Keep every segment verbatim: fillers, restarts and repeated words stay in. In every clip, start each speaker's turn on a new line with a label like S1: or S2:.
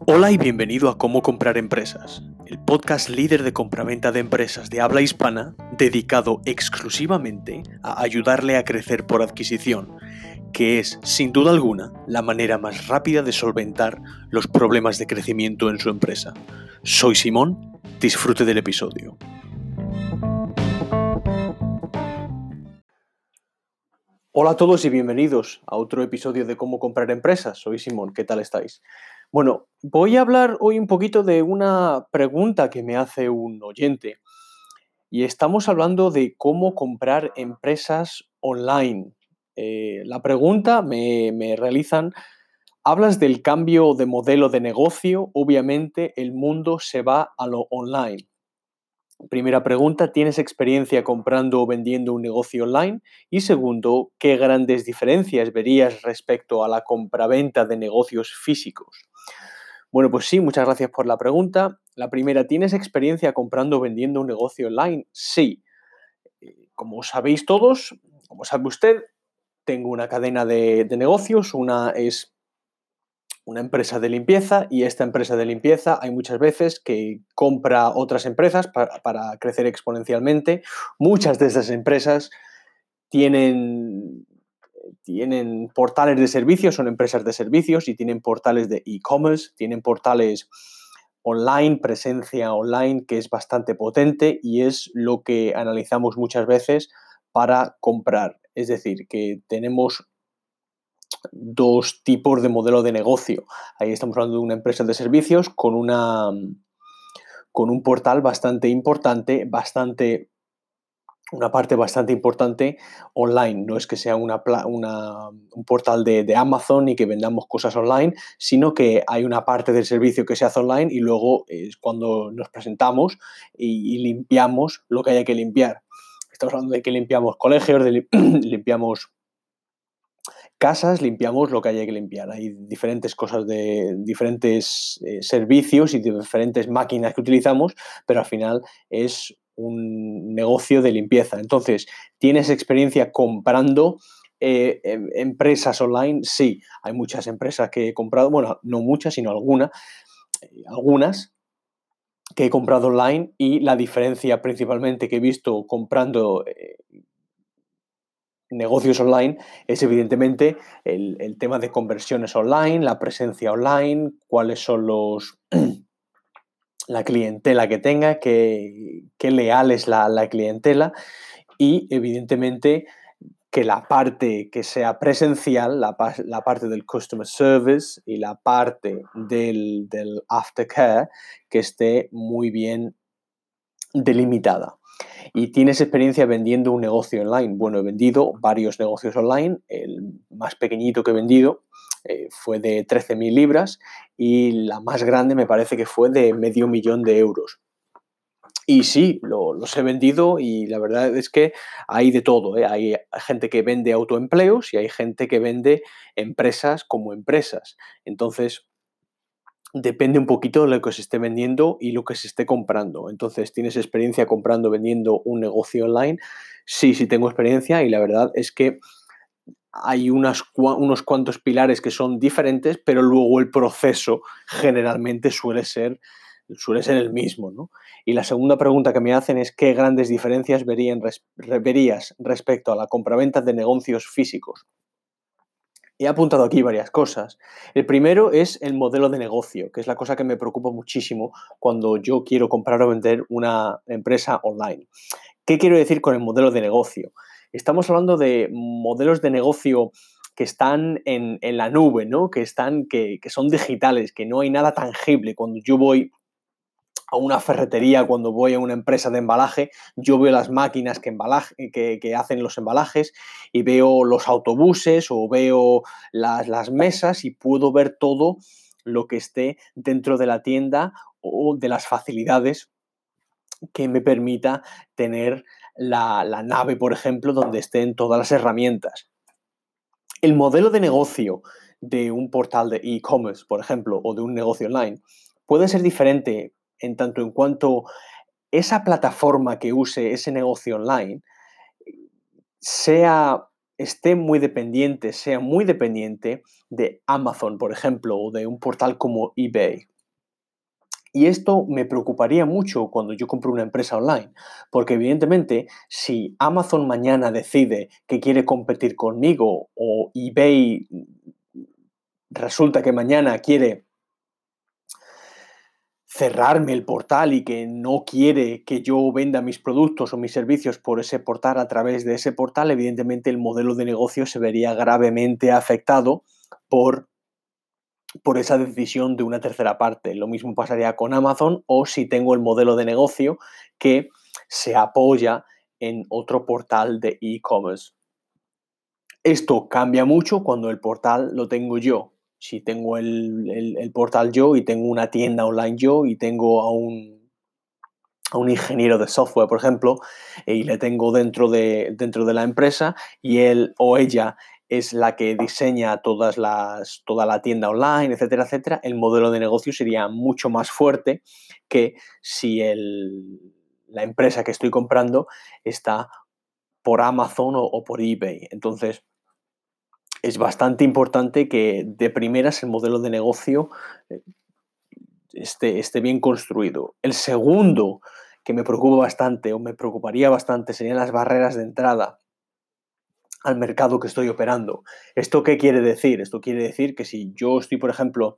S1: Hola y bienvenido a Cómo comprar empresas, el podcast líder de compraventa de empresas de habla hispana dedicado exclusivamente a ayudarle a crecer por adquisición, que es, sin duda alguna, la manera más rápida de solventar los problemas de crecimiento en su empresa. Soy Simón, disfrute del episodio. Hola a todos y bienvenidos a otro episodio de Cómo comprar empresas. Soy Simón, ¿qué tal estáis? Bueno, voy a hablar hoy un poquito de una pregunta que me hace un oyente y estamos hablando de cómo comprar empresas online. Eh, la pregunta me, me realizan, hablas del cambio de modelo de negocio, obviamente el mundo se va a lo online. Primera pregunta, ¿tienes experiencia comprando o vendiendo un negocio online? Y segundo, ¿qué grandes diferencias verías respecto a la compraventa de negocios físicos? Bueno, pues sí, muchas gracias por la pregunta. La primera, ¿tienes experiencia comprando o vendiendo un negocio online? Sí. Eh, Como sabéis todos, como sabe usted, tengo una cadena de, de negocios, una es una empresa de limpieza y esta empresa de limpieza hay muchas veces que compra otras empresas para, para crecer exponencialmente. Muchas de estas empresas tienen, tienen portales de servicios, son empresas de servicios y tienen portales de e-commerce, tienen portales online, presencia online que es bastante potente y es lo que analizamos muchas veces para comprar. Es decir, que tenemos dos tipos de modelo de negocio. Ahí estamos hablando de una empresa de servicios con, una, con un portal bastante importante, bastante, una parte bastante importante online. No es que sea una, una, un portal de, de Amazon y que vendamos cosas online, sino que hay una parte del servicio que se hace online y luego es cuando nos presentamos y, y limpiamos lo que haya que limpiar. Estamos hablando de que limpiamos colegios, de limpiamos casas, limpiamos lo que haya que limpiar. Hay diferentes cosas de diferentes eh, servicios y diferentes máquinas que utilizamos, pero al final es un negocio de limpieza. Entonces, ¿tienes experiencia comprando eh, em, empresas online? Sí, hay muchas empresas que he comprado, bueno, no muchas, sino alguna, eh, algunas que he comprado online y la diferencia principalmente que he visto comprando eh, negocios online es evidentemente el, el, tema de conversiones online, la presencia online, cuáles son los la clientela que tenga, qué, qué leal es la, la clientela y evidentemente que la parte que sea presencial, la, la parte del customer service y la parte del, del aftercare que esté muy bien delimitada. ¿Y tienes experiencia vendiendo un negocio online? Bueno, he vendido varios negocios online. El más pequeñito que he vendido eh, fue de trece mil libras y la más grande me parece que fue de medio millón de euros. Y sí, lo, los he vendido y la verdad es que hay de todo, ¿eh? Hay gente que vende autoempleos y hay gente que vende empresas como empresas. Entonces, depende un poquito de lo que se esté vendiendo y lo que se esté comprando. Entonces, ¿tienes experiencia comprando, vendiendo un negocio online? Sí, sí tengo experiencia y la verdad es que hay unas, unos cuantos pilares que son diferentes, pero luego el proceso generalmente suele ser, suele ser el mismo, ¿no? Y la segunda pregunta que me hacen es ¿qué grandes diferencias verían, verías respecto a la compraventa de negocios físicos? He apuntado aquí varias cosas. El primero es el modelo de negocio, que es la cosa que me preocupa muchísimo cuando yo quiero comprar o vender una empresa online. ¿Qué quiero decir con el modelo de negocio? Estamos hablando de modelos de negocio que están en, en la nube, ¿no? Que, están, que, que son digitales, que no hay nada tangible. Cuando yo voy a una ferretería, cuando voy a una empresa de embalaje, yo veo las máquinas que, embalaje, que, que hacen los embalajes y veo los autobuses o veo las, las mesas y puedo ver todo lo que esté dentro de la tienda o de las facilidades que me permita tener la, la nave, por ejemplo, donde estén todas las herramientas. El modelo de negocio de un portal de e-commerce, por ejemplo, o de un negocio online, puede ser diferente en tanto en cuanto esa plataforma que use ese negocio online sea, esté muy dependiente, sea muy dependiente de Amazon, por ejemplo, o de un portal como eBay. Y esto me preocuparía mucho cuando yo compro una empresa online, porque evidentemente si Amazon mañana decide que quiere competir conmigo o eBay resulta que mañana quiere cerrarme el portal y que no quiere que yo venda mis productos o mis servicios por ese portal a través de ese portal, evidentemente el modelo de negocio se vería gravemente afectado por por esa decisión de una tercera parte. Lo mismo pasaría con Amazon o si tengo el modelo de negocio que se apoya en otro portal de e-commerce. Esto cambia mucho cuando el portal lo tengo yo. Si tengo el, el, el portal yo y tengo una tienda online yo y tengo a un, a un ingeniero de software, por ejemplo, y le tengo dentro de, dentro de la empresa y él o ella es la que diseña todas las, toda la tienda online, etcétera, etcétera, el modelo de negocio sería mucho más fuerte que si el, la empresa que estoy comprando está por Amazon o, o por eBay. Entonces, es bastante importante que de primeras el modelo de negocio eh, esté, esté bien construido. El segundo que me preocupa bastante o me preocuparía bastante serían las barreras de entrada al mercado que estoy operando. ¿Esto qué quiere decir? Esto quiere decir que si yo estoy, por ejemplo,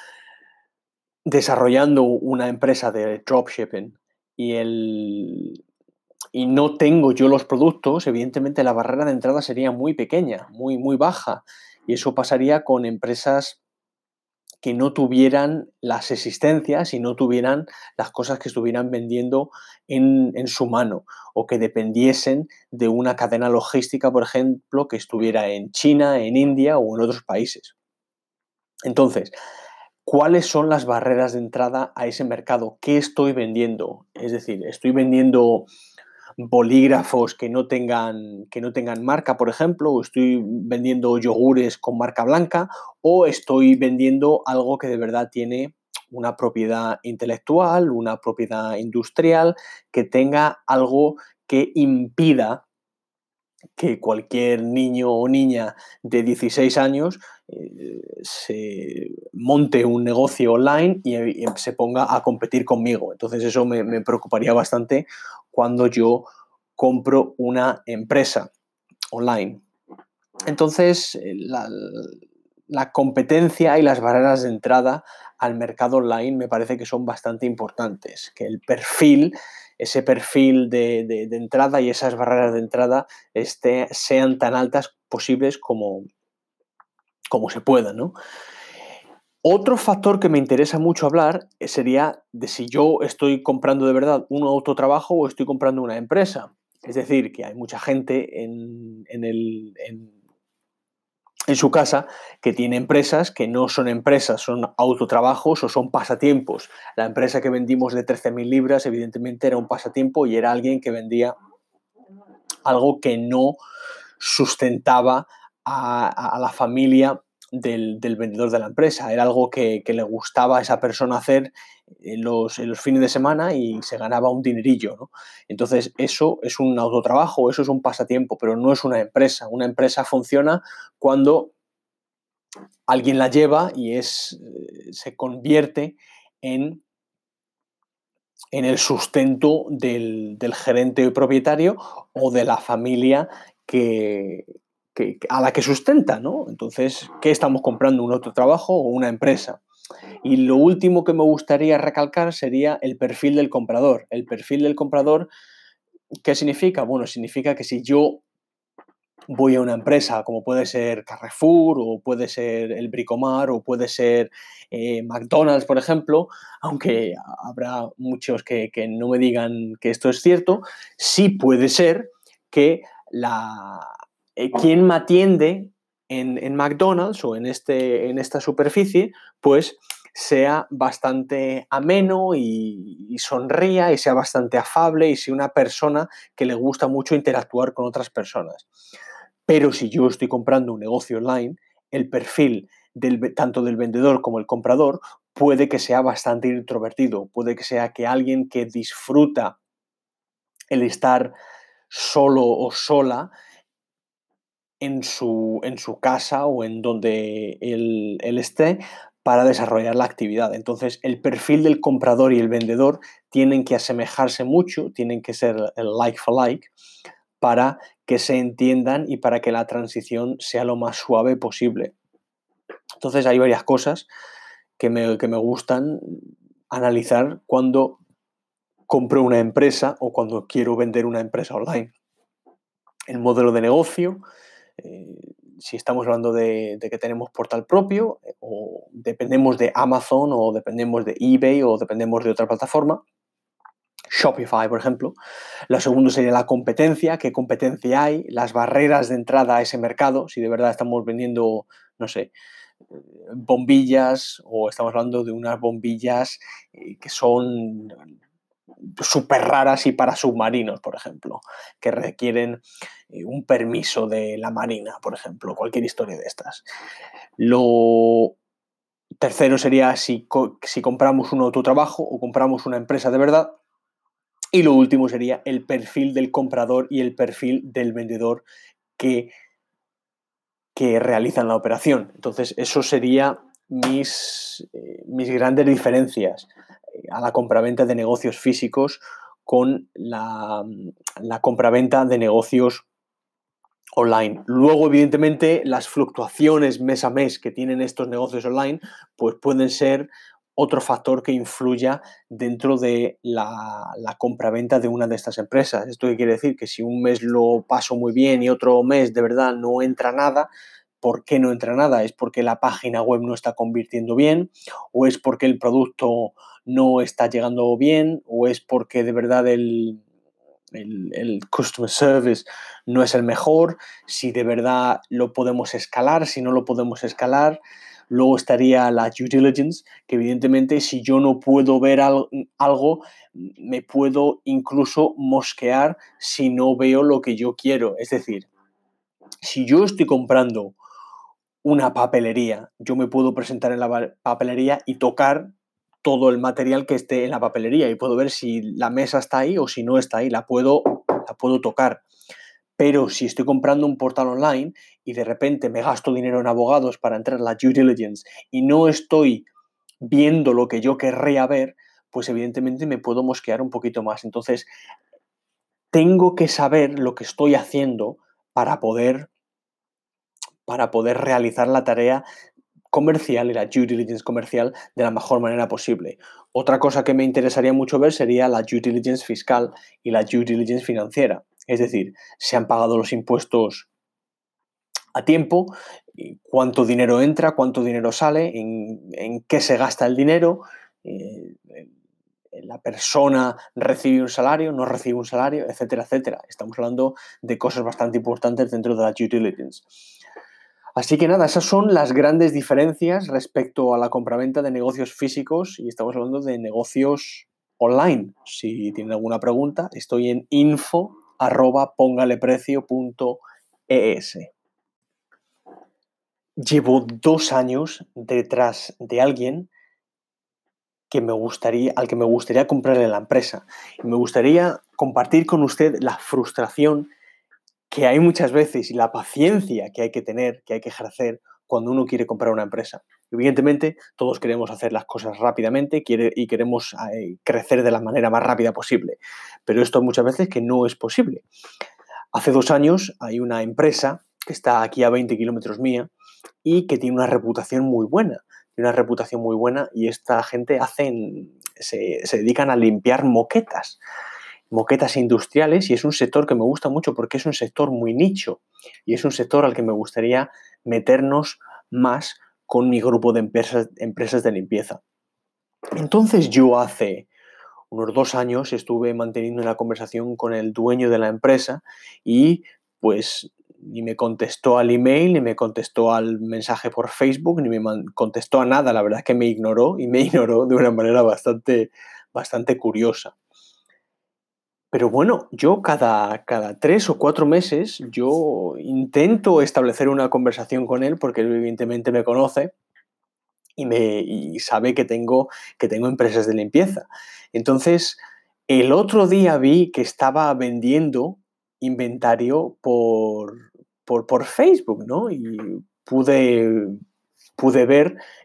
S1: desarrollando una empresa de dropshipping y, el, y no tengo yo los productos, evidentemente la barrera de entrada sería muy pequeña, muy, muy baja. Y eso pasaría con empresas que no tuvieran las existencias y no tuvieran las cosas que estuvieran vendiendo en, en su mano o que dependiesen de una cadena logística, por ejemplo, que estuviera en China, en India o en otros países. Entonces, ¿cuáles son las barreras de entrada a ese mercado? ¿Qué estoy vendiendo? Es decir, ¿estoy vendiendo bolígrafos que no tengan, que no tengan marca, por ejemplo, o estoy vendiendo yogures con marca blanca, o estoy vendiendo algo que de verdad tiene una propiedad intelectual, una propiedad industrial, que tenga algo que impida que cualquier niño o niña de dieciséis años eh, se monte un negocio online y, y, se ponga a competir conmigo. Entonces eso me, me preocuparía bastante cuando yo compro una empresa online. Entonces, la, la competencia y las barreras de entrada al mercado online me parece que son bastante importantes, que el perfil, ese perfil de, de, de entrada y esas barreras de entrada este, sean tan altas posibles como, como se pueda, ¿no? Otro factor que me interesa mucho hablar sería de si yo estoy comprando de verdad un autotrabajo o estoy comprando una empresa. Es decir, que hay mucha gente en, en, el, en, en su casa que tiene empresas que no son empresas, son autotrabajos o son pasatiempos. La empresa que vendimos de trece mil libras evidentemente era un pasatiempo y era alguien que vendía algo que no sustentaba a, a la familia del, del, vendedor de la empresa. Era algo que, que, le gustaba a esa persona hacer en los, en los fines de semana y se ganaba un dinerillo, ¿no? Entonces, eso es un autotrabajo, eso es un pasatiempo, pero no es una empresa. Una empresa funciona cuando alguien la lleva y es, se convierte en, en el sustento del, del gerente propietario o de la familia que, que, a la que sustenta, ¿no? Entonces, ¿qué estamos comprando? ¿Un autotrabajo o una empresa? Y lo último que me gustaría recalcar sería el perfil del comprador. El perfil del comprador, ¿qué significa? Bueno, significa que si yo voy a una empresa como puede ser Carrefour o puede ser el Bricomar o puede ser eh, McDonald's, por ejemplo, aunque habrá muchos que, que no me digan que esto es cierto, sí puede ser que la, eh, quien me atiende en, en McDonald's o en, este, en esta superficie, pues sea bastante ameno y, y sonría y sea bastante afable y sea una persona que le gusta mucho interactuar con otras personas. Pero si yo estoy comprando un negocio online, el perfil del, tanto del vendedor como el comprador puede que sea bastante introvertido, puede que sea que alguien que disfruta el estar solo o sola en su, en su casa o en donde él, él esté, para desarrollar la actividad. Entonces, el perfil del comprador y el vendedor tienen que asemejarse mucho, tienen que ser el like for like, para que se entiendan y para que la transición sea lo más suave posible. Entonces, hay varias cosas que me, que me gustan analizar cuando compro una empresa o cuando quiero vender una empresa online. El modelo de negocio, eh, si estamos hablando de, de que tenemos portal propio, eh, o dependemos de Amazon, o dependemos de eBay, o dependemos de otra plataforma, Shopify, por ejemplo. Lo segundo sería la competencia, qué competencia hay, las barreras de entrada a ese mercado, si de verdad estamos vendiendo, no sé, bombillas, o estamos hablando de unas bombillas eh, que son súper raras y para submarinos, por ejemplo, que requieren eh, un permiso de la Marina, por ejemplo, cualquier historia de estas. Lo tercero sería si, co si compramos un autotrabajo o compramos una empresa de verdad. Y lo último sería el perfil del comprador y el perfil del vendedor que, que realizan la operación. Entonces, eso sería mis, eh, mis grandes diferencias a la compraventa de negocios físicos con la, la compraventa de negocios online. Luego, evidentemente, las fluctuaciones mes a mes que tienen estos negocios online, pues pueden ser otro factor que influya dentro de la, la compraventa de una de estas empresas. ¿Esto qué quiere decir? Que si un mes lo paso muy bien y otro mes de verdad no entra nada, ¿por qué no entra nada? ¿Es porque la página web no está convirtiendo bien? ¿O es porque el producto no está llegando bien? ¿O es porque de verdad el, el, el customer service no es el mejor? Si de verdad lo podemos escalar, si no lo podemos escalar. Luego estaría la due diligence, que evidentemente si yo no puedo ver al, algo, me puedo incluso mosquear si no veo lo que yo quiero. Es decir, si yo estoy comprando una papelería, yo me puedo presentar en la papelería y tocar todo el material que esté en la papelería y puedo ver si la mesa está ahí o si no está ahí, la puedo, la puedo tocar. Pero si estoy comprando un portal online y de repente me gasto dinero en abogados para entrar en la due diligence y no estoy viendo lo que yo querría ver, pues evidentemente me puedo mosquear un poquito más. Entonces, tengo que saber lo que estoy haciendo para poder, para poder realizar la tarea comercial y la due diligence comercial de la mejor manera posible. Otra cosa que me interesaría mucho ver sería la due diligence fiscal y la due diligence financiera. Es decir, se han pagado los impuestos a tiempo, cuánto dinero entra, cuánto dinero sale, en, en qué se gasta el dinero, eh, la persona recibe un salario, no recibe un salario, etcétera, etcétera. Estamos hablando de cosas bastante importantes dentro de la due diligence. Así que nada, esas son las grandes diferencias respecto a la compraventa de negocios físicos y estamos hablando de negocios online. Si tienen alguna pregunta, estoy en info arroba pongaleprecio punto es. Llevo dos años detrás de alguien que me gustaría, al que me gustaría comprarle la empresa. Y me gustaría compartir con usted la frustración que hay muchas veces y la paciencia que hay que tener, que hay que ejercer cuando uno quiere comprar una empresa. Evidentemente, todos queremos hacer las cosas rápidamente quiere, y queremos eh, crecer de la manera más rápida posible, pero esto muchas veces que no es posible. Hace dos años hay una empresa que está aquí a veinte kilómetros mía y que tiene una reputación muy buena, tiene una reputación muy buena y esta gente hacen, se, se dedican a limpiar moquetas. moquetas industriales y es un sector que me gusta mucho porque es un sector muy nicho y es un sector al que me gustaría meternos más con mi grupo de empresas, empresas de limpieza. Entonces yo hace unos dos años estuve manteniendo una conversación con el dueño de la empresa y pues ni me contestó al email, ni me contestó al mensaje por Facebook, ni me contestó a nada. La verdad es que me ignoró y me ignoró de una manera bastante, bastante curiosa. Pero bueno, yo cada, cada tres o cuatro meses yo intento establecer una conversación con él porque él evidentemente me conoce y, me, y sabe que tengo, que tengo empresas de limpieza. Entonces, el otro día vi que estaba vendiendo inventario por, por, por Facebook, ¿no? Y pude, pude ver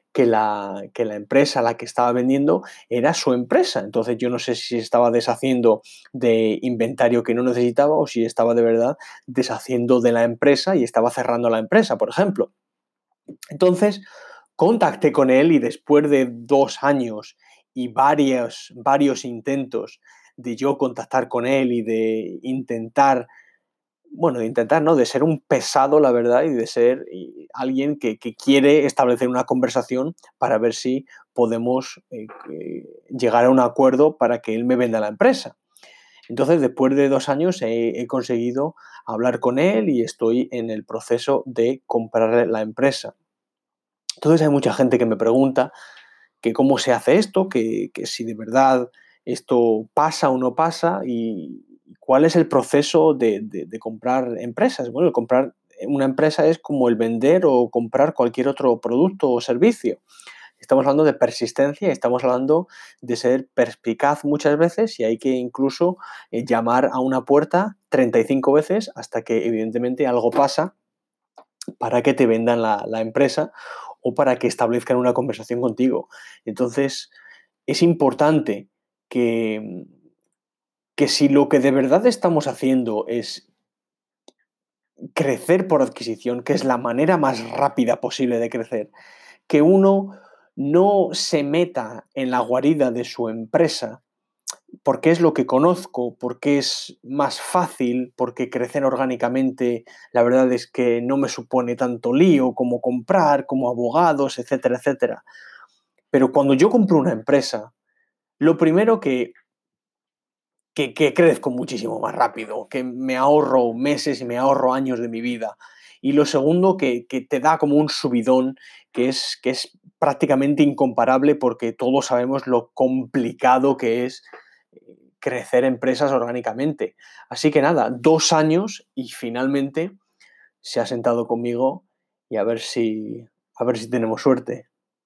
S1: que la, que la empresa a la que estaba vendiendo era su empresa. Entonces yo no sé si estaba deshaciendo de inventario que no necesitaba o si estaba de verdad deshaciendo de la empresa y estaba cerrando la empresa, por ejemplo. Entonces contacté con él y después de dos años y varios, varios intentos de yo contactar con él y de intentar, bueno, de intentar, ¿no? De ser un pesado, la verdad, y de ser y alguien que, que quiere establecer una conversación para ver si podemos eh, eh, llegar a un acuerdo para que él me venda la empresa. Entonces, después de dos años he, he conseguido hablar con él y estoy en el proceso de comprarle la empresa. Entonces, hay mucha gente que me pregunta que cómo se hace esto, que, que si de verdad esto pasa o no pasa y cuál es el proceso de, de, de comprar empresas. Bueno, el comprar una empresa es como el vender o comprar cualquier otro producto o servicio. Estamos hablando de persistencia, estamos hablando de ser perspicaz muchas veces y hay que incluso eh, llamar a una puerta treinta y cinco veces hasta que evidentemente algo pasa para que te vendan la, la empresa o para que establezcan una conversación contigo. Entonces, es importante que, que si lo que de verdad estamos haciendo es crecer por adquisición, que es la manera más rápida posible de crecer, que uno no se meta en la guarida de su empresa porque es lo que conozco, porque es más fácil, porque crecer orgánicamente, la verdad es que no me supone tanto lío como comprar, como abogados, etcétera, etcétera. Pero cuando yo compro una empresa, lo primero que, que, que crezco muchísimo más rápido, que me ahorro meses y me ahorro años de mi vida. Y lo segundo, que, que te da como un subidón que es, que es prácticamente incomparable porque todos sabemos lo complicado que es crecer empresas orgánicamente. Así que nada, dos años y finalmente se ha sentado conmigo y a ver si, a ver si tenemos suerte.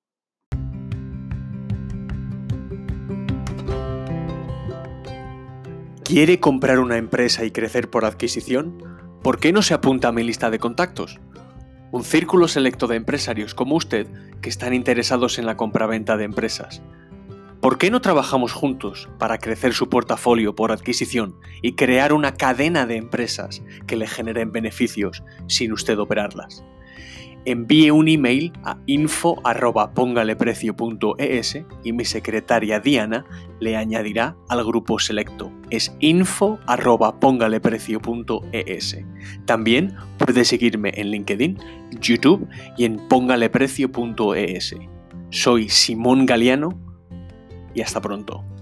S1: ¿Quiere comprar una empresa y crecer por adquisición? ¿Por qué no se apunta a mi lista de contactos? Un círculo selecto de empresarios como usted que están interesados en la compraventa de empresas. ¿Por qué no trabajamos juntos para crecer su portafolio por adquisición y crear una cadena de empresas que le generen beneficios sin usted operarlas? Envíe un email a info arroba póngaleprecio punto es y mi secretaria Diana le añadirá al grupo selecto. Es info arroba póngaleprecio punto es. También puede seguirme en LinkedIn, YouTube y en póngaleprecio punto es. Soy Simón Galiano y hasta pronto.